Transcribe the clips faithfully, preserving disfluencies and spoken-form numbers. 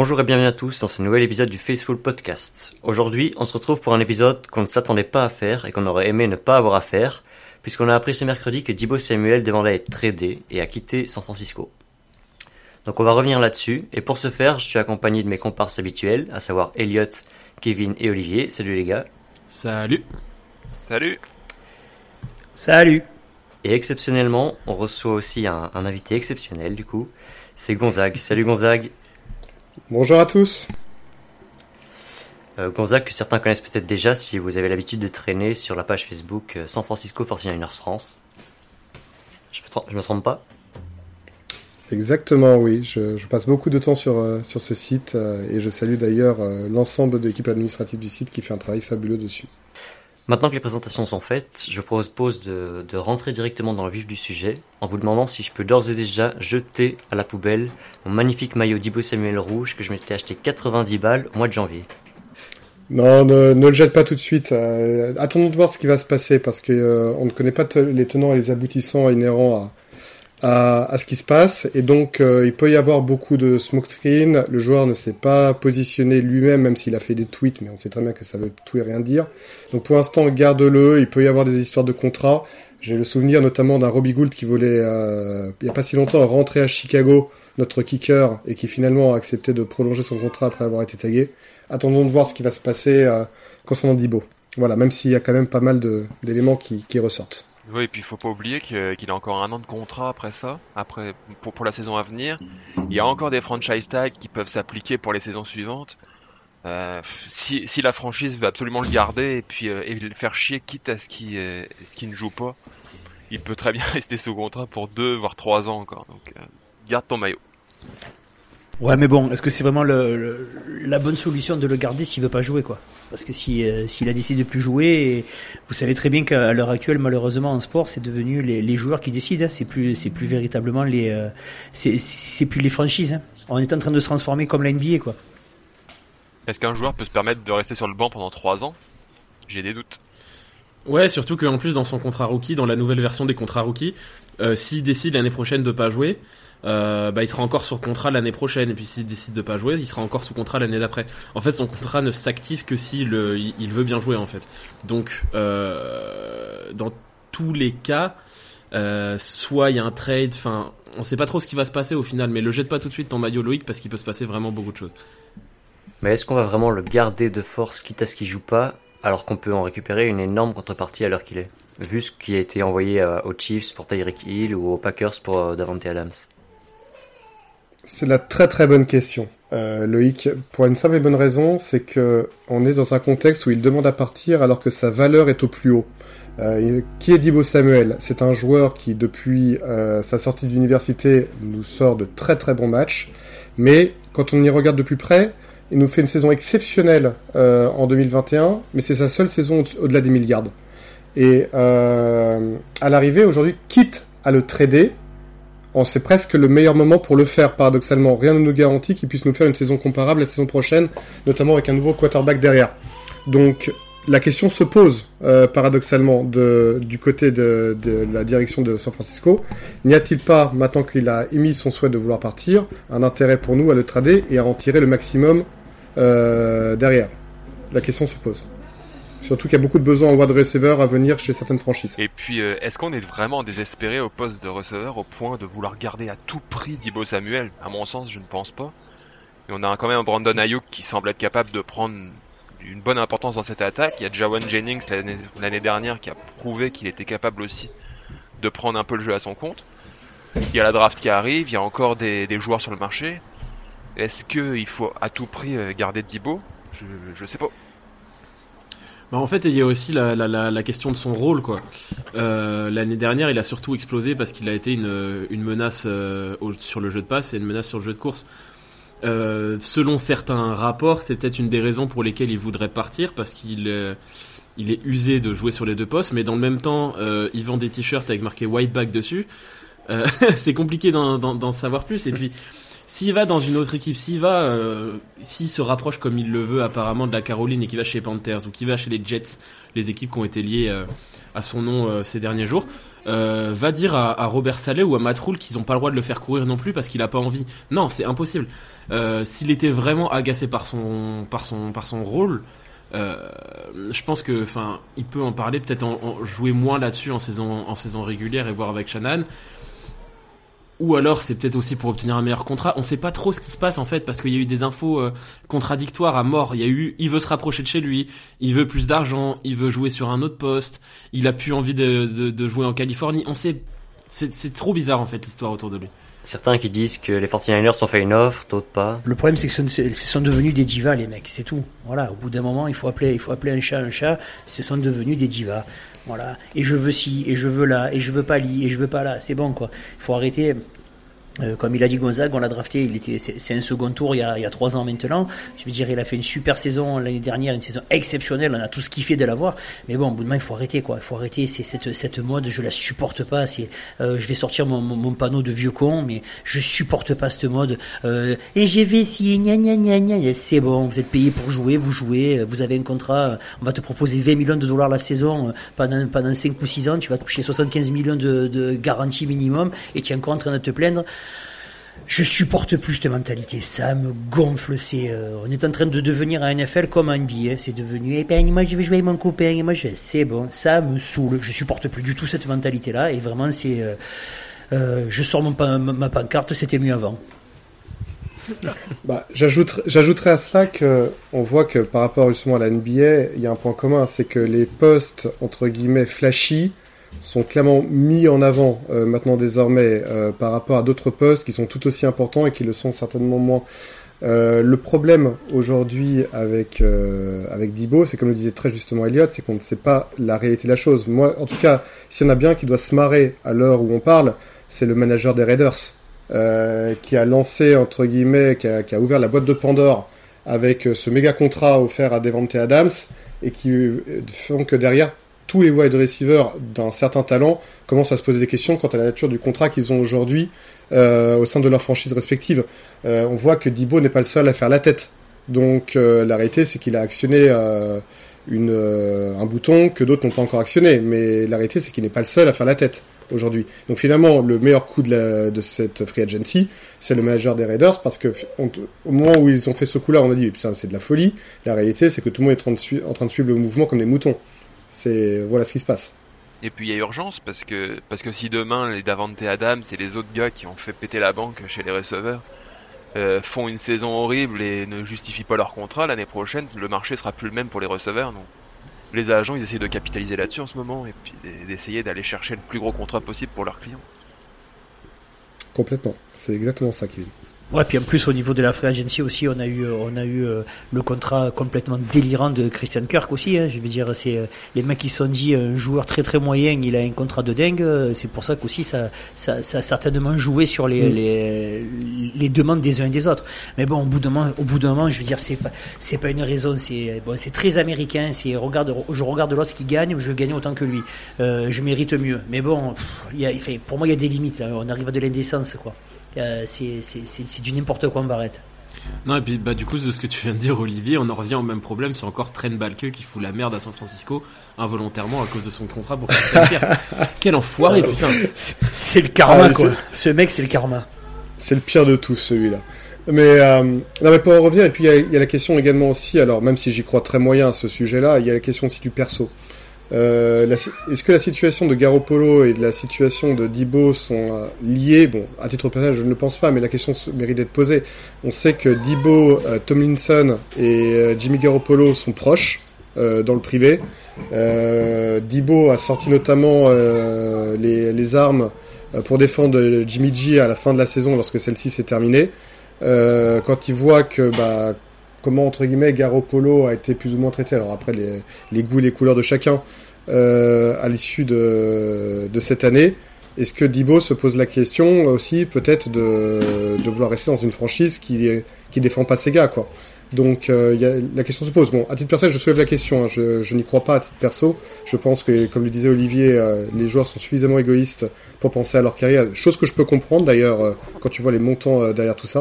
Bonjour et bienvenue à tous dans ce nouvel épisode du Faceful Podcast. Aujourd'hui, on se retrouve pour un épisode qu'on ne s'attendait pas à faire et qu'on aurait aimé ne pas avoir à faire, puisqu'on a appris ce mercredi que Deebo Samuel demandait à être tradé et a quitté San Francisco. Donc on va revenir là-dessus, et pour ce faire, je suis accompagné de mes comparses habituels, à savoir Elliot, Kevin et Olivier. Salut les gars. Salut. Salut. Salut. Et exceptionnellement, on reçoit aussi un, un invité exceptionnel du coup, c'est Gonzague. Salut Gonzague. Bonjour à tous. Euh, Gonzague, que certains connaissent peut-être déjà si vous avez l'habitude de traîner sur la page Facebook euh, San Francisco forty-niners France. Je me, trom- je me trompe pas? Exactement, oui. Je, je passe beaucoup de temps sur, euh, sur ce site euh, et je salue d'ailleurs euh, l'ensemble de l'équipe administrative du site qui fait un travail fabuleux dessus. Maintenant que les présentations sont faites, je propose de, de rentrer directement dans le vif du sujet en vous demandant si je peux d'ores et déjà jeter à la poubelle mon magnifique maillot Deebo Samuel rouge que je m'étais acheté quatre-vingt-dix balles au mois de janvier. Non, ne, ne le jette pas tout de suite. Euh, attendons de voir ce qui va se passer parce que euh, on ne connaît pas te- les tenants et les aboutissants inhérents à, à, à ce qui se passe et donc euh, il peut y avoir beaucoup de smokescreen. Le joueur ne s'est pas positionné lui-même, même s'il a fait des tweets, mais on sait très bien que ça veut tout et rien dire. Donc pour l'instant, garde-le. Il peut y avoir des histoires de contrats. J'ai le souvenir notamment d'un Robbie Gould qui voulait, euh, il y a pas si longtemps, rentrer à Chicago, notre kicker, et qui finalement a accepté de prolonger son contrat après avoir été tagué. Attendons de voir ce qui va se passer euh, concernant Deebo. Voilà, même s'il y a quand même pas mal de, d'éléments qui, qui ressortent. Oui, et puis il faut pas oublier que, qu'il a encore un an de contrat après ça, après pour, pour la saison à venir. Il y a encore des franchise tags qui peuvent s'appliquer pour les saisons suivantes. Euh, si, si la franchise veut absolument le garder et puis euh, et le faire chier, quitte à ce qu'il, euh, ce qu'il ne joue pas, il peut très bien rester sous contrat pour deux voire trois ans encore. Donc euh, garde ton maillot. Ouais, mais bon, est-ce que c'est vraiment le, le, la bonne solution de le garder s'il veut pas jouer, quoi? Parce que si euh, s'il a décidé de plus jouer, et vous savez très bien qu'à l'heure actuelle, malheureusement en sport, c'est devenu les, les joueurs qui décident. Hein. C'est plus c'est plus véritablement les euh, c'est c'est plus les franchises. Hein. On est en train de se transformer comme la N B A, quoi. Est-ce qu'un joueur peut se permettre de rester sur le banc pendant trois ans? J'ai des doutes. Ouais, surtout qu'en plus dans son contrat rookie, dans la nouvelle version des contrats rookie, euh, s'il décide l'année prochaine de pas jouer, euh, bah il sera encore sur contrat l'année prochaine, et puis s'il décide de pas jouer, il sera encore sous contrat l'année d'après. En fait, son contrat ne s'active que s'il euh, il veut bien jouer en fait. Donc, euh, dans tous les cas, euh, soit il y a un trade, enfin, on sait pas trop ce qui va se passer au final, mais le jette pas tout de suite ton maillot Loïc parce qu'il peut se passer vraiment beaucoup de choses. Mais est-ce qu'on va vraiment le garder de force quitte à ce qu'il joue pas, alors qu'on peut en récupérer une énorme contrepartie à l'heure qu'il est, vu ce qui a été envoyé euh, aux Chiefs pour Tyreek Hill ou aux Packers pour euh, Davante Adams? C'est la très très bonne question, euh, Loïc, pour une simple et bonne raison, c'est que on est dans un contexte où il demande à partir alors que sa valeur est au plus haut. Euh, qui est Deebo Samuel? C'est un joueur qui, depuis euh, sa sortie d'université, nous sort de très très bons matchs, mais quand on y regarde de plus près, il nous fait une saison exceptionnelle euh, en deux mille vingt et un, mais c'est sa seule saison au- au-delà des mille yards. Et euh, à l'arrivée, aujourd'hui, quitte à le trader, on c'est presque le meilleur moment pour le faire, paradoxalement. Rien ne nous garantit qu'il puisse nous faire une saison comparable la saison prochaine, notamment avec un nouveau quarterback derrière. Donc, la question se pose, euh, paradoxalement, de, du côté de, de la direction de San Francisco. N'y a-t-il pas, maintenant qu'il a émis son souhait de vouloir partir, un intérêt pour nous à le trader et à en tirer le maximum euh, derrière? La question se pose. Surtout qu'il y a beaucoup de besoins en wide receiver à venir chez certaines franchises. Et puis, euh, est-ce qu'on est vraiment désespéré au poste de receveur au point de vouloir garder à tout prix Deebo Samuel? À mon sens, je ne pense pas. Et on a quand même un Brandon Ayuk qui semble être capable de prendre une bonne importance dans cette attaque. Il y a Jawan Jennings l'année, l'année dernière qui a prouvé qu'il était capable aussi de prendre un peu le jeu à son compte. Il y a la draft qui arrive, il y a encore des, des joueurs sur le marché. Est-ce qu'il faut à tout prix garder Deebo? Je, je sais pas. Bah en fait, il y a aussi la, la, la, la question de son rôle, quoi. Euh, l'année dernière, il a surtout explosé parce qu'il a été une, une menace euh, au, sur le jeu de passe et une menace sur le jeu de course. Euh, selon certains rapports, c'est peut-être une des raisons pour lesquelles il voudrait partir, parce qu'il euh, il est usé de jouer sur les deux postes, mais dans le même temps, euh, il vend des t-shirts avec marqué White Back dessus. Euh, c'est compliqué d'en, d'en, d'en savoir plus. Et puis, s'il va dans une autre équipe, s'il va, euh, s'il se rapproche comme il le veut apparemment de la Caroline et qu'il va chez les Panthers ou qu'il va chez les Jets, les équipes qui ont été liées euh, à son nom euh, ces derniers jours, euh, va dire à, à Robert Saleh ou à Matt Rhule qu'ils n'ont pas le droit de le faire courir non plus parce qu'il a pas envie. Non, c'est impossible. Euh, s'il était vraiment agacé par son, par son, par son rôle, euh, je pense que, enfin, il peut en parler, peut-être en, en jouer moins là-dessus en saison, en saison régulière et voir avec Shanahan. Ou alors c'est peut-être aussi pour obtenir un meilleur contrat. On sait pas trop ce qui se passe en fait parce qu'il y a eu des infos euh, contradictoires à mort. Il y a eu, il veut se rapprocher de chez lui, il veut plus d'argent, il veut jouer sur un autre poste, il a plus envie de, de, de jouer en Californie. On sait, c'est, c'est trop bizarre en fait l'histoire autour de lui. Certains qui disent que les forty-niners ont fait une offre, d'autres pas. Le problème c'est que ce sont, ce sont devenus des divas les mecs, c'est tout. Voilà, au bout d'un moment il faut appeler, il faut appeler un chat un chat. Ce sont devenus des divas. Voilà. Et je veux ci, et je veux là, et je veux pas li, et je veux pas là. C'est bon quoi. Il faut arrêter. Euh, comme il a dit Gonzague, on l'a drafté, il était, c'est, c'est un second tour il y, a, il y a trois ans maintenant. Je veux dire, il a fait une super saison l'année dernière, une saison exceptionnelle, on a tous kiffé de l'avoir. Mais bon, au bout de moment, il faut arrêter, quoi. Il faut arrêter, c'est cette, cette mode, je la supporte pas. C'est, euh, je vais sortir mon, mon, mon panneau de vieux con, mais je supporte pas cette mode. Euh, et j'ai fait si, gna gna gna gna. C'est bon, vous êtes payé pour jouer, vous jouez, vous avez un contrat, on va te proposer vingt millions de dollars la saison pendant, pendant cinq ou six ans, tu vas toucher soixante-quinze millions de, de garantie minimum, et tu es encore en train de te plaindre. Je supporte plus cette mentalité, ça me gonfle. C'est, euh, on est en train de devenir à N F L comme à N B A. C'est devenu, eh ben, moi je vais jouer avec mon copain, et moi je vais, c'est bon, ça me saoule. Je supporte plus du tout cette mentalité-là, et vraiment c'est, euh, euh, je sors mon, ma pancarte, c'était mieux avant. Bah, j'ajouterais, j'ajouterais à cela que on voit que par rapport justement à la N B A, il y a un point commun, c'est que les postes entre guillemets flashy sont clairement mis en avant euh, maintenant désormais euh, par rapport à d'autres postes qui sont tout aussi importants et qui le sont certainement moins. Euh, le problème aujourd'hui avec euh, avec Deebo, c'est comme le disait très justement Elliott, c'est qu'on ne sait pas la réalité de la chose. Moi, en tout cas, s'il y en a bien qui doit se marrer à l'heure où on parle, c'est le manager des Raiders euh, qui a lancé entre guillemets, qui a, qui a ouvert la boîte de Pandore avec ce méga contrat offert à Devante Adams et qui font que derrière tous les wide receivers d'un certain talent commencent à se poser des questions quant à la nature du contrat qu'ils ont aujourd'hui euh, au sein de leurs franchises respectives. Euh, on voit que Deebo n'est pas le seul à faire la tête. Donc euh, la réalité, c'est qu'il a actionné euh, une, euh, un bouton que d'autres n'ont pas encore actionné. Mais la réalité, c'est qu'il n'est pas le seul à faire la tête aujourd'hui. Donc finalement, le meilleur coup de, la, de cette free agency, c'est le manager des Raiders, parce que on, au moment où ils ont fait ce coup-là, on a dit putain, c'est de la folie. La réalité, c'est que tout le monde est en train de, su- en train de suivre le mouvement comme des moutons. C'est, voilà ce qui se passe. Et puis il y a urgence parce que, parce que si demain les Davante Adams et les autres gars qui ont fait péter la banque chez les receveurs euh, font une saison horrible et ne justifient pas leur contrat, l'année prochaine le marché sera plus le même pour les receveurs. Donc les agents ils essayent de capitaliser là-dessus en ce moment et puis d'essayer d'aller chercher le plus gros contrat possible pour leurs clients. Complètement, c'est exactement ça, Kevin. Ouais, puis en plus au niveau de la free agency aussi, on a eu on a eu euh, le contrat complètement délirant de Christian Kirk aussi. Hein, je veux dire, c'est euh, les mecs qui se sont dit un joueur très très moyen, il a un contrat de dingue. Euh, c'est pour ça qu'aussi ça ça, ça a certainement joué sur les, mmh. les les demandes des uns et des autres. Mais bon, au bout d'un moment, au bout d'un moment, je veux dire, c'est pas c'est pas une raison. C'est bon, c'est très américain. C'est regarde, je regarde l'autre qui gagne, je veux gagner autant que lui. Euh, je mérite mieux. Mais bon, il y a, enfin, pour moi, il y a des limites là. On arrive à de l'indécence, quoi. Euh, c'est, c'est, c'est, c'est du n'importe quoi en Barrette. Non, et puis bah, du coup, de ce que tu viens de dire, Olivier, on en revient au même problème. C'est encore Trent Baalke qui fout la merde à San Francisco involontairement à cause de son contrat pour faire Quel enfoiré, putain. C'est, c'est le karma, ah, quoi. Ce mec, c'est le karma. C'est le pire de tous, celui-là. Mais, euh, non, mais pour en revenir, et puis il y, y a la question également aussi, alors même si j'y crois très moyen à ce sujet-là, il y a la question aussi du perso. Euh, la, est-ce que la situation de Garoppolo et de la situation de Deebo sont euh, liées? Bon, à titre personnel, je ne le pense pas, mais la question mérite d'être posée. On sait que Deebo, euh, Tomlinson et euh, Jimmy Garoppolo sont proches euh, dans le privé. Euh, Deebo a sorti notamment euh, les, les armes euh, pour défendre Jimmy G à la fin de la saison lorsque celle-ci s'est terminée. Euh, quand il voit que bah comment entre guillemets Garoppolo a été plus ou moins traité, alors après les, les goûts et les couleurs de chacun euh, à l'issue de, de cette année, est-ce que Deebo se pose la question aussi peut-être de, de vouloir rester dans une franchise qui, qui défend pas ses gars, quoi. Donc euh, y a, la question se pose. Bon, à titre personnel, je soulève la question, hein. je, je n'y crois pas à titre perso. Je pense que, comme le disait Olivier, euh, les joueurs sont suffisamment égoïstes pour penser à leur carrière, chose que je peux comprendre d'ailleurs euh, quand tu vois les montants euh, derrière tout ça.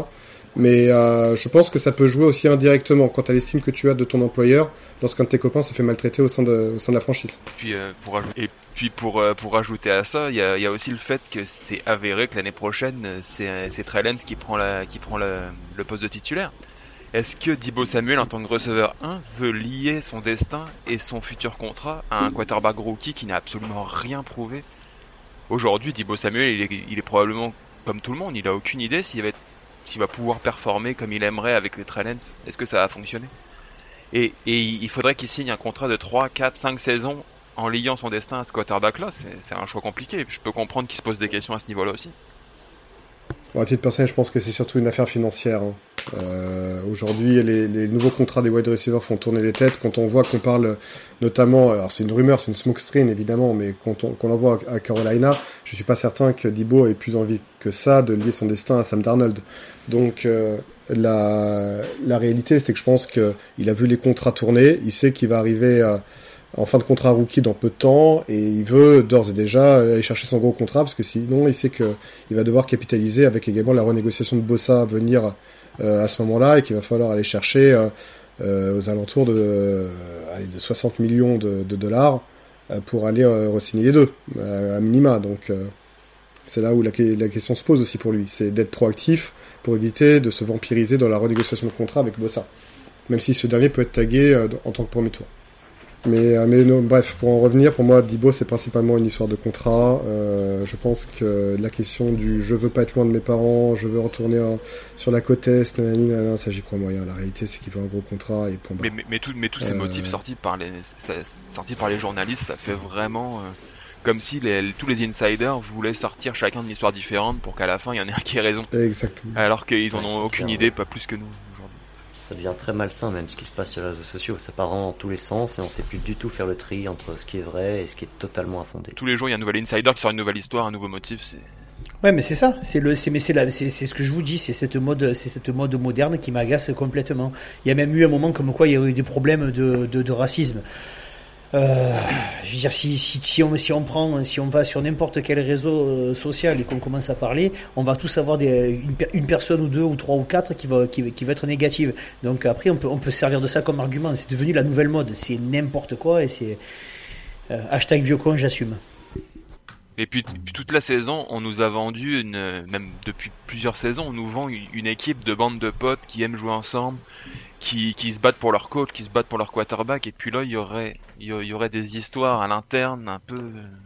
Mais euh, je pense que ça peut jouer aussi indirectement quant à l'estime que tu as de ton employeur lorsqu'un de tes copains se fait maltraiter au sein de, au sein de la franchise. Puis, euh, pour ajouter, et puis pour, euh, pour ajouter à ça, il y a, y a aussi le fait que c'est avéré que l'année prochaine, c'est, c'est Trey Lance qui prend, la, qui prend la, le poste de titulaire. Est-ce que Deebo Samuel, en tant que receveur un, veut lier son destin et son futur contrat à un quarterback rookie qui n'a absolument rien prouvé? Aujourd'hui, Deebo Samuel, il est, il est probablement comme tout le monde, il a aucune idée s'il va, être, s'il va pouvoir performer comme il aimerait avec les Trey Lance. Est-ce que ça va fonctionner? Et, et il faudrait qu'il signe un contrat de trois, quatre, cinq saisons en liant son destin à ce quarterback-là. C'est, c'est un choix compliqué. Je peux comprendre qu'il se pose des questions à ce niveau-là aussi. À titre personnel, je pense que c'est surtout une affaire financière. Hein. Euh, aujourd'hui, les, les nouveaux contrats des wide receivers font tourner les têtes. Quand on voit qu'on parle notamment, alors c'est une rumeur, c'est une smokescreen évidemment, mais quand on, qu'on envoie à Carolina, je suis pas certain que Deebo ait plus envie que ça de lier son destin à Sam Darnold. Donc euh, la, la réalité, c'est que je pense qu'il a vu les contrats tourner, il sait qu'il va arriver à, en fin de contrat rookie dans peu de temps, et il veut d'ores et déjà aller chercher son gros contrat, parce que sinon il sait qu'il va devoir capitaliser avec également la renégociation de Bosa à venir euh, à ce moment-là, et qu'il va falloir aller chercher euh, euh, aux alentours de, euh, de soixante millions de, de dollars euh, pour aller euh, re-signer les deux, à, à minima. Donc euh, c'est là où la, la question se pose aussi pour lui, c'est d'être proactif pour éviter de se vampiriser dans la renégociation de contrat avec Bosa, même si ce dernier peut être tagué euh, en tant que premier tour. Mais, mais non, bref, pour en revenir, pour moi, Deebo, c'est principalement une histoire de contrat. Euh, je pense que la question du « je veux pas être loin de mes parents, je veux retourner en, sur la côte est », nanani, nanana, ça j'y crois moyen. La réalité, c'est qu'il veut un gros contrat et point barre. Mais, mais, mais, tout, mais tous ces euh... motifs sortis par, les, ça, sortis par les journalistes, ça fait vraiment... Euh, comme si les, tous les insiders voulaient sortir chacun d'une histoire différente pour qu'à la fin, il y en ait un qui ait raison. Exactement. Alors qu'ils en ouais, ont aucune clair. idée, pas plus que nous. Ça devient très malsain même ce qui se passe sur les réseaux sociaux, ça part dans tous les sens et on sait plus du tout faire le tri entre ce qui est vrai et ce qui est totalement infondé. Tous les jours il y a un nouvel insider qui sort une nouvelle histoire, un nouveau motif. C'est... Ouais, mais c'est ça, c'est le, c'est mais c'est la, c'est, c'est ce que je vous dis, c'est cette mode, c'est cette mode moderne qui m'agace complètement. Il y a même eu un moment comme quoi il y a eu des problèmes de, de, de racisme. Euh, je veux dire, si, si, si, on, si on prend, si on va sur n'importe quel réseau euh, social et qu'on commence à parler, on va tous avoir des, une, une personne ou deux ou trois ou quatre qui va, qui, qui va être négative. Donc après, on peut, on peut servir de ça comme argument. C'est devenu la nouvelle mode. C'est n'importe quoi et c'est euh, hashtag vieux con, j'assume. Et puis, puis toute la saison, on nous a vendu, une, même depuis plusieurs saisons, on nous vend une, une équipe de bande de potes qui aiment jouer ensemble, qui, qui se battent pour leur coach, qui se battent pour leur quarterback, et puis là, il y aurait, il y aurait des histoires à l'interne, un peu,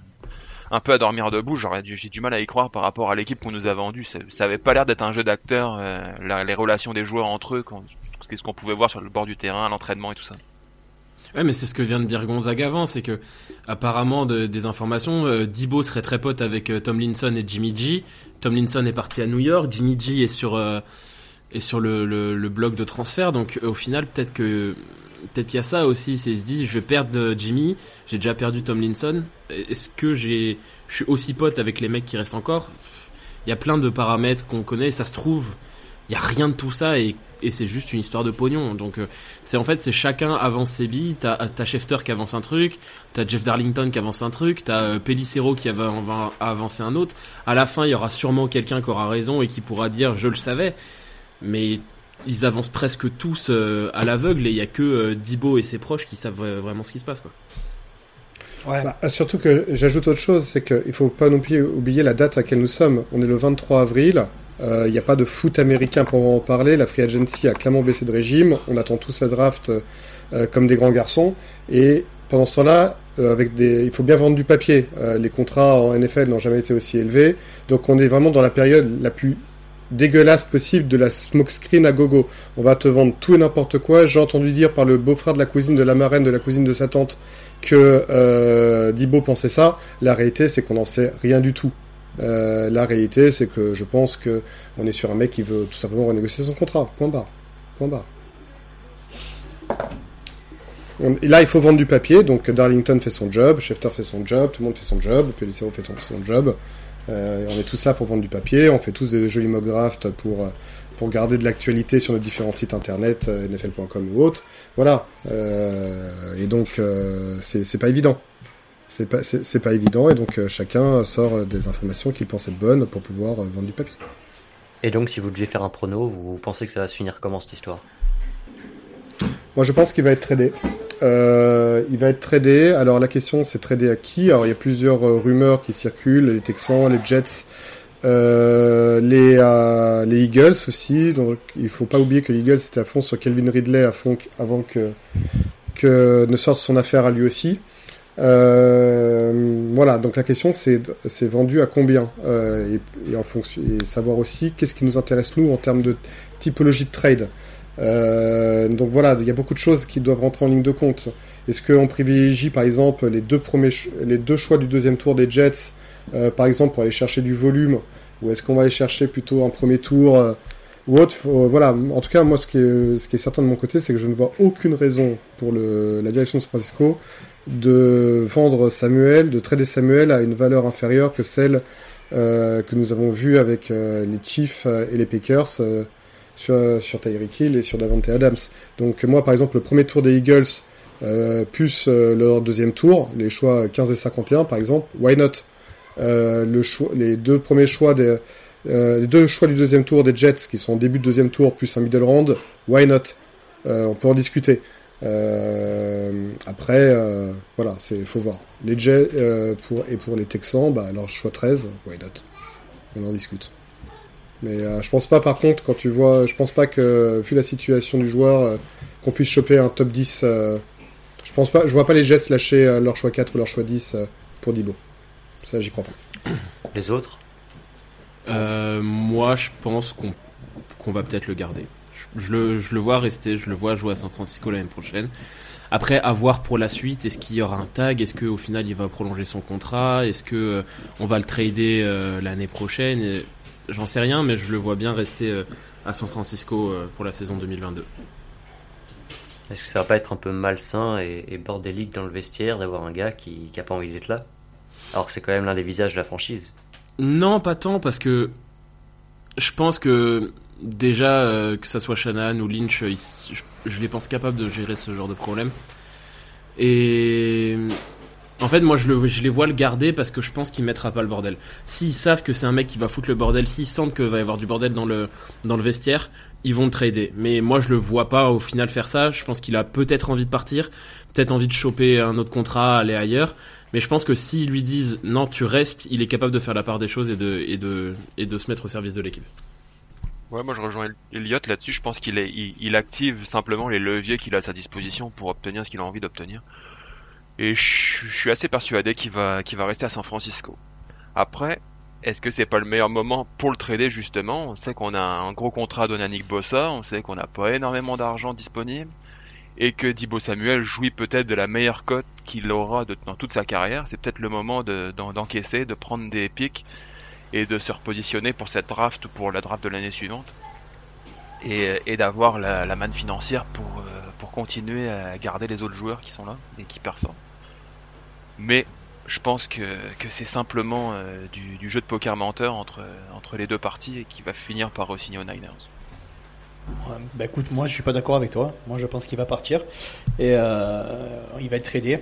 un peu à dormir debout. J'aurais, j'ai du mal à y croire par rapport à l'équipe qu'on nous a vendue. Ça, ça avait pas l'air d'être un jeu d'acteurs, euh, la, les relations des joueurs entre eux, quand, ce qu'on pouvait voir sur le bord du terrain, l'entraînement et tout ça. Ouais, mais c'est ce que vient de dire Gonzaga avant, c'est que apparemment de, des informations, euh, Deebo serait très pote avec euh, Tomlinson et Jimmy G. Tomlinson est parti à New York, Jimmy G est sur euh, est sur le, le, le bloc de transfert, donc euh, au final peut-être que peut-être qu'il y a ça aussi, c'est se dit je vais perdre Jimmy, j'ai déjà perdu Tomlinson, est-ce que j'ai je suis aussi pote avec les mecs qui restent encore? Il y a plein de paramètres qu'on connaît, et ça se trouve il y a rien de tout ça et et c'est juste une histoire de pognon. Donc euh, c'est en fait c'est chacun avance ses billes. T'as t'as Schefter qui avance un truc, t'as Jeff Darlington qui avance un truc, t'as euh, Pellicero qui va, va avancer un autre. À la fin il y aura sûrement quelqu'un qui aura raison et qui pourra dire je le savais. Mais ils avancent presque tous euh, à l'aveugle et il y a que euh, Deebo et ses proches qui savent euh, vraiment ce qui se passe quoi. Ouais. Bah, surtout que j'ajoute autre chose, c'est qu'il faut pas non plus oublier la date à laquelle nous sommes. On est le vingt-trois avril. Il euh, n'y a pas de foot américain pour en parler. La free agency a clairement baissé de régime. On attend tous la draft euh, comme des grands garçons. Et pendant ce temps-là, euh, avec des, il faut bien vendre du papier. Euh, les contrats en N F L n'ont jamais été aussi élevés. Donc on est vraiment dans la période la plus dégueulasse possible de la smokescreen à gogo. On va te vendre tout et n'importe quoi. J'ai entendu dire par le beau-frère de la cousine de la marraine de la cousine de sa tante que euh, Deebo pensait ça. La réalité, c'est qu'on n'en sait rien du tout. Euh, la réalité, c'est que je pense que on est sur un mec qui veut tout simplement renégocier son contrat. Point barre. Point barre. On, et là, il faut vendre du papier. Donc, Darlington fait son job, Schefter fait son job, tout le monde fait son job, Pellicero fait son, son job. Euh, on est tous là pour vendre du papier. On fait tous des jolis mock drafts pour pour garder de l'actualité sur nos différents sites internet, N F L point com ou autres. Voilà. Euh, et donc, euh, c'est c'est pas évident. C'est pas, c'est, c'est pas évident, et donc euh, chacun sort euh, des informations qu'il pense être bonnes pour pouvoir euh, vendre du papier. Et donc, si vous deviez faire un prono, vous pensez que ça va se finir comment cette histoire ? Moi, je pense qu'il va être tradé. Euh, il va être tradé. Alors, la question, c'est tradé à qui ? Alors, il y a plusieurs euh, rumeurs qui circulent. Les Texans, les Jets, euh, les, euh, les Eagles aussi. Donc, il faut pas oublier que les Eagles étaient à fond sur Calvin Ridley à fond, avant que, que ne sorte son affaire à lui aussi. Euh, voilà, donc la question c'est c'est vendu à combien euh, et, et en fonction et savoir aussi qu'est-ce qui nous intéresse nous en termes de typologie de trade. Euh, donc voilà, il y a beaucoup de choses qui doivent rentrer en ligne de compte. Est-ce qu'on privilégie par exemple les deux premiers ch- les deux choix du deuxième tour des Jets euh, par exemple pour aller chercher du volume, ou est-ce qu'on va aller chercher plutôt un premier tour euh, ou autre? Faut, voilà, en tout cas moi ce qui est ce qui est certain de mon côté, c'est que je ne vois aucune raison pour le la direction de San Francisco de vendre Samuel, de trader Samuel à une valeur inférieure que celle euh, que nous avons vue avec euh, les Chiefs et les Packers euh, sur, sur Tyreek Hill et sur Davante Adams. Donc moi, par exemple, le premier tour des Eagles, euh, plus euh, leur deuxième tour, les choix quinze et cinquante et un, par exemple, why not euh, le choix, les deux premiers choix des, euh, les deux choix du deuxième tour des Jets, qui sont en début de deuxième tour, plus un middle round, why not euh, on peut en discuter. Euh, après, euh, voilà, c'est faut voir. Les Jets euh, pour et pour les Texans, bah alors choix treize, why not? On en discute. Mais euh, je pense pas, par contre, quand tu vois, je pense pas que vu la situation du joueur, euh, qu'on puisse choper un top dix. Euh, je pense pas, je vois pas les Jets lâcher euh, leur choix quatre ou leur choix dix euh, pour Debo. Ça, j'y crois pas. Les autres? Euh, moi, je pense qu'on qu'on va peut-être le garder. Je le, je le vois rester, je le vois jouer à San Francisco l'année prochaine. Après, à voir pour la suite, est-ce qu'il y aura un tag? Est-ce qu'au final, il va prolonger son contrat? Est-ce que euh, on va le trader euh, l'année prochaine? Et, j'en sais rien, mais je le vois bien rester euh, à San Francisco euh, pour la saison deux mille vingt-deux. Est-ce que ça va pas être un peu malsain et, et bordélique dans le vestiaire d'avoir un gars qui, qui a pas envie d'être là? Alors que c'est quand même l'un des visages de la franchise. Non, pas tant, parce que je pense que déjà, euh, que ça soit Shanahan ou Lynch, ils, je, je les pense capables de gérer ce genre de problème. Et en fait, moi, je, le, je les vois le garder parce que je pense qu'il mettra pas le bordel. S'ils savent que c'est un mec qui va foutre le bordel, s'ils sentent qu'il va y avoir du bordel dans le, dans le vestiaire, ils vont le trader. Mais moi, je le vois pas au final faire ça. Je pense qu'il a peut-être envie de partir, peut-être envie de choper un autre contrat, aller ailleurs. Mais je pense que s'ils lui disent non, tu restes, il est capable de faire la part des choses et de, et de, et de se mettre au service de l'équipe. Ouais, moi je rejoins Elliott là-dessus. Je pense qu'il est, il, il active simplement les leviers qu'il a à sa disposition pour obtenir ce qu'il a envie d'obtenir. Et je, je suis assez persuadé qu'il va, qu'il va rester à San Francisco. Après, est-ce que c'est pas le meilleur moment pour le trader justement? On sait qu'on a un gros contrat donné à Nick Bosa, on sait qu'on n'a pas énormément d'argent disponible, et que Deebo Samuel jouit peut-être de la meilleure cote qu'il aura de, dans toute sa carrière. C'est peut-être le moment de, d'en, d'encaisser, de prendre des pics et de se repositionner pour cette draft ou pour la draft de l'année suivante, et, et d'avoir la, la manne financière pour, euh, pour continuer à garder les autres joueurs qui sont là et qui performent. Mais je pense que, que c'est simplement euh, du, du jeu de poker menteur entre, entre les deux parties et qui va finir par re-signer aux Niners. Ouais, bah écoute, moi je suis pas d'accord avec toi. Moi je pense qu'il va partir et euh, il va être tradé.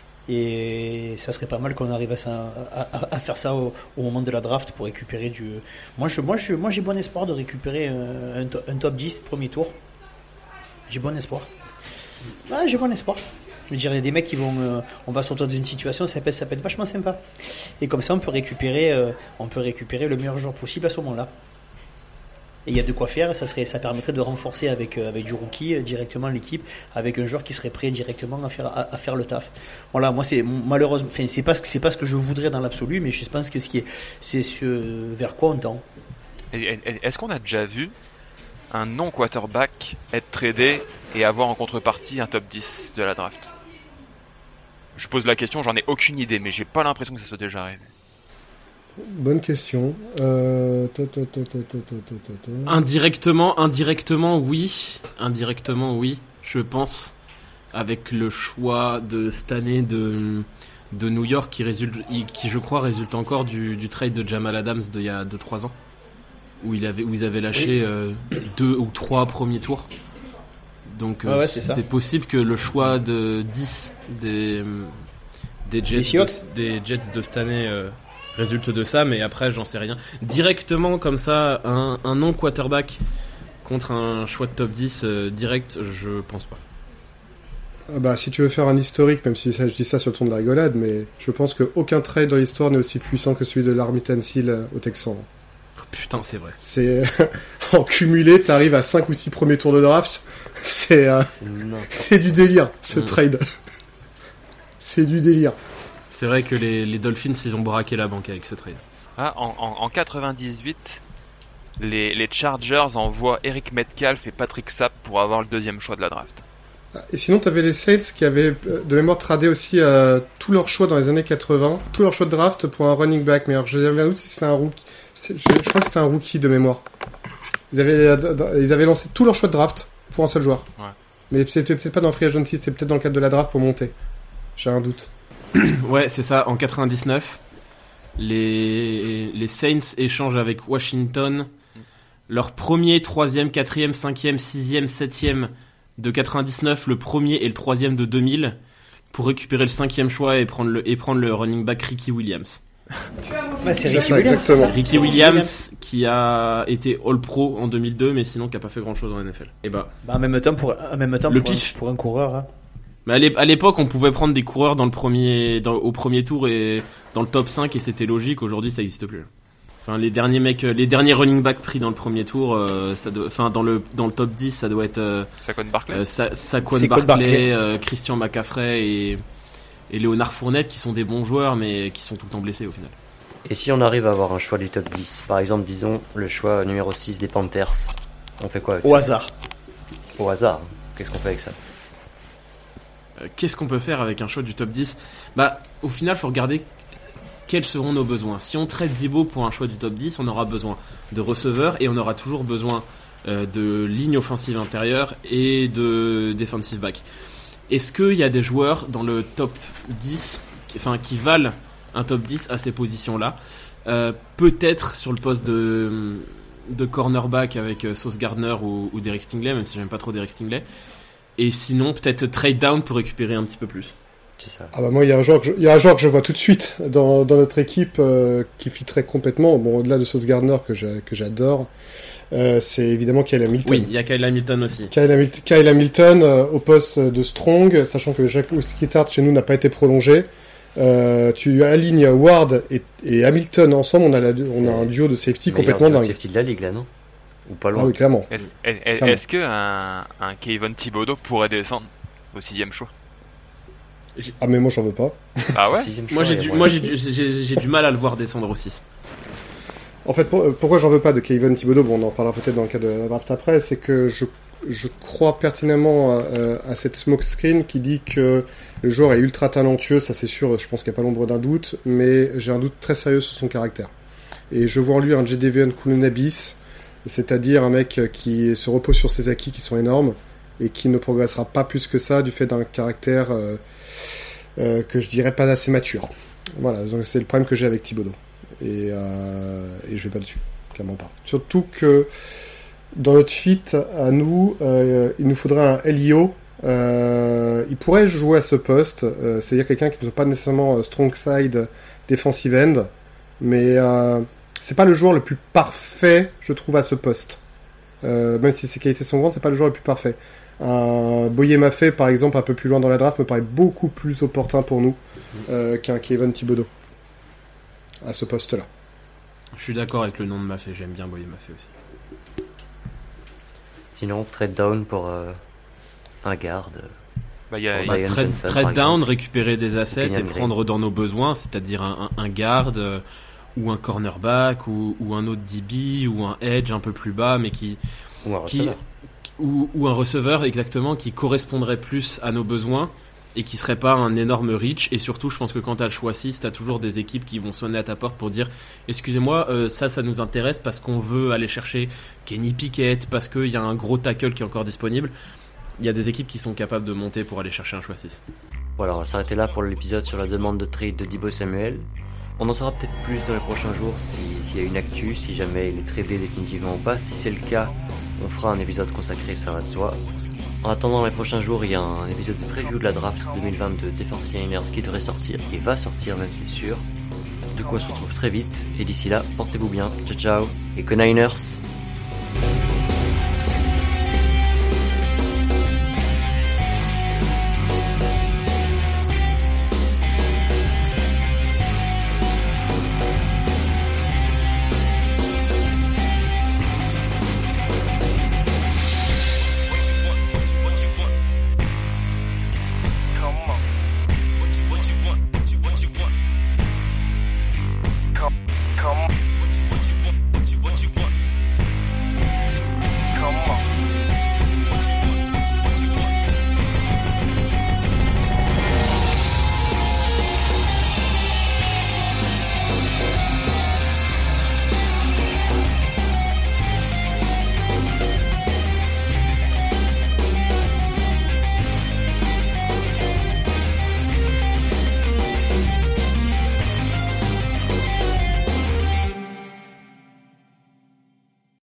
Et ça serait pas mal qu'on arrive à, ça, à, à faire ça au, au moment de la draft pour récupérer du. Moi, je, moi, je, moi j'ai bon espoir de récupérer un, un top dix premier tour. J'ai bon espoir. Ah, j'ai bon espoir. Je veux dire, il y a des mecs qui vont. Euh, on va sortir d'une situation, ça peut, ça peut être vachement sympa. Et comme ça, on peut récupérer, euh, on peut récupérer le meilleur joueur possible à ce moment-là. Et il y a de quoi faire, ça serait, ça permettrait de renforcer avec euh, avec du rookie euh, directement l'équipe, avec un joueur qui serait prêt directement à faire à, à faire le taf. Voilà, moi c'est malheureusement, enfin c'est pas ce que c'est pas ce que je voudrais dans l'absolu, mais je pense que ce qui est, c'est ce vers quoi on tend. Et, et, est-ce qu'on a déjà vu un non quarterback être tradé et avoir en contrepartie un top dix de la draft? Je pose la question, j'en ai aucune idée, mais j'ai pas l'impression que ça soit déjà arrivé. Bonne question. Euh... Indirectement, indirectement, oui. Indirectement, oui. Je pense, avec le choix de cette année de de New York qui résulte, qui je crois résulte encore du, du trade de Jamal Adams d'il y a deux trois ans, où il avait, où ils avaient lâché oui. euh, deux ou trois premiers tours. Donc euh, ouais, ouais, c'est, c'est possible que le choix de dix des des Jets, des, de, des Jets de cette année. Euh, résulte de ça, mais après j'en sais rien. Directement comme ça, un, un non quarterback contre un choix de top dix euh, direct, je pense pas. Ah bah, si tu veux faire un historique, même si ça, je dis ça sur le ton de la rigolade, mais je pense qu'aucun trade dans l'histoire n'est aussi puissant que celui de Larry Tunsil au Texan. Oh, putain, c'est vrai. C'est en cumulé, t'arrives à cinq ou six premiers tours de draft. C'est euh... c'est du délire, ce mmh. trade. C'est du délire. C'est vrai que les, les Dolphins, ils ont braqué la banque avec ce trade. Ah, en, en, en quatre-vingt-dix-huit, les, les Chargers envoient Eric Metcalf et Patrick Sapp pour avoir le deuxième choix de la draft. Et sinon, t'avais les Saints qui avaient de mémoire tradé aussi euh, tous leurs choix dans les années quatre-vingts, tous leurs choix de draft pour un running back. Mais alors, je n'avais un doute si c'était un rookie. Je, je crois que c'était un rookie de mémoire. Ils avaient, ils avaient lancé tous leurs choix de draft pour un seul joueur. Ouais. Mais c'était peut-être pas dans Free Agency, c'était peut-être dans le cadre de la draft pour monter. J'ai un doute. Ouais, c'est ça. En quatre-vingt-dix-neuf, les, les Saints échangent avec Washington leur premier, troisième, quatrième, cinquième, sixième, septième de quatre-vingt-dix-neuf, le premier et le troisième de deux mille pour récupérer le cinquième choix et prendre le, et prendre le running back Ricky Williams. Ouais, c'est C'est Ricky ça, Williams. exactement. ça. Ricky Williams qui a été All-Pro en deux mille deux, mais sinon qui a pas fait grand-chose en N F L. Et bah, Bah, en même temps, pour, en même temps, Le pour, pif. un, pour un coureur. Hein. mais à l'ép- à l'époque, on pouvait prendre des coureurs dans le premier, dans, au premier tour et dans le top cinq et c'était logique. Aujourd'hui, ça n'existe plus. Enfin, les derniers mecs, les derniers running backs pris dans le premier tour, euh, ça doit, enfin dans le dans le top dix, ça doit être euh, Saquon Barkley. euh, Sa- Saquon Saquon Barkley, Barkley. euh, Christian McCaffrey et et Léonard Fournette qui sont des bons joueurs mais qui sont tout le temps blessés au final. Et si on arrive à avoir un choix du top dix, par exemple, disons le choix numéro six des Panthers, on fait quoi avec Au ça hasard. Au hasard. Qu'est-ce qu'on fait avec ça? Euh, qu'est-ce qu'on peut faire avec un choix du top dix? Bah, au final, faut regarder quels seront nos besoins. Si on traite Debo pour un choix du top dix, on aura besoin de receveurs et on aura toujours besoin euh, de ligne offensive intérieure et de defensive back. Est-ce qu'il y a des joueurs dans le top dix, qui, enfin, qui valent un top dix à ces positions-là? euh, Peut-être sur le poste de, de cornerback avec euh, Sauce Gardner ou, ou Derek Stingley, même si j'aime pas trop Derek Stingley. Et sinon, peut-être trade down pour récupérer un petit peu plus. C'est ça. Ah bah moi, il y a un joueur que je, il y a un joueur que je vois tout de suite dans, dans notre équipe euh, qui fitterait complètement. Bon, au-delà de Sauce Gardner que, j'ai, que j'adore, euh, c'est évidemment Kyle Hamilton. Oui, il y a Kyle Hamilton aussi. Kyle Hamilton, Kyle Hamilton euh, au poste de strong, sachant que Jacques Oustkittard chez nous n'a pas été prolongé. Euh, tu alignes Ward et, et Hamilton ensemble, on a, la, on a un duo de safety complètement dingue. Safety de la ligue là, non? Ou pas Ah loin? oui, clairement. Est-ce, est, Clairement. est-ce que un, un Kayvon Thibodeau pourrait descendre au sixième choix? Ah mais moi j'en veux pas. Ah ouais? Sixième Moi, choix, j'ai et du, ouais. moi j'ai, du, j'ai, j'ai du mal à le voir descendre au six. En fait, pour- pourquoi j'en veux pas de Kayvon Thibodeau, bon on en parlera peut-être dans le cas de la draft après, c'est que je, je crois pertinemment à, à cette smokescreen qui dit que le joueur est ultra talentueux, ça c'est sûr, je pense qu'il n'y a pas l'ombre d'un doute, mais j'ai un doute très sérieux sur son caractère. Et je vois en lui un Jadavion Kulunabis, c'est-à-dire un mec qui se repose sur ses acquis qui sont énormes et qui ne progressera pas plus que ça du fait d'un caractère euh, euh, que je dirais pas assez mature. Voilà, donc c'est le problème que j'ai avec Thibodeau. Et, euh, et je vais pas dessus, clairement pas. Surtout que dans notre fit à nous, euh, il nous faudrait un L I O. Euh, il pourrait jouer à ce poste, euh, c'est-à-dire quelqu'un qui ne soit pas nécessairement euh, strong side defensive end, mais euh, c'est pas le joueur le plus parfait, je trouve, à ce poste. Euh, même si ses qualités sont grandes, c'est pas le joueur le plus parfait. Un Boye Maffei, par exemple, un peu plus loin dans la draft, me paraît beaucoup plus opportun pour nous euh, qu'un Kayvon Thibodeau à ce poste-là. Je suis d'accord avec le nom de Maffei, j'aime bien Boye Maffei aussi. Sinon, trade down pour euh, un garde. Bah, il y a, Sur il y a- Ryan Trade, Johnson, trade par down, exemple. récupérer des assets Kenyan et prendre dans nos besoins, c'est-à-dire un, un, un guard euh, ou un cornerback ou, ou un autre D B ou un edge un peu plus bas, mais qui, Ou un qui receveur. ou, ou un receveur exactement qui correspondrait plus à nos besoins et qui serait pas un énorme reach. Et surtout, je pense que quand t'as le choix six, t'as toujours des équipes qui vont sonner à ta porte pour dire excusez-moi, euh, ça, ça nous intéresse parce qu'on veut aller chercher Kenny Pickett, parce qu'il y a un gros tackle qui est encore disponible. Il y a des équipes qui sont capables de monter pour aller chercher un choix six. Voilà, on va s'arrêter là pour l'épisode sur la demande de trade de Debo Samuel. On en saura peut-être plus dans les prochains jours si- s'il y a une actu, si jamais il est tradé définitivement ou pas. Si c'est le cas, on fera un épisode consacré, ça va de soi. En attendant, dans les prochains jours, il y a un épisode de preview de la draft deux mille vingt-deux des quarante-neuf ers qui devrait sortir, qui va sortir même, c'est sûr. Du coup, on se retrouve très vite. Et d'ici là, portez-vous bien. Ciao, ciao. Et que Niners!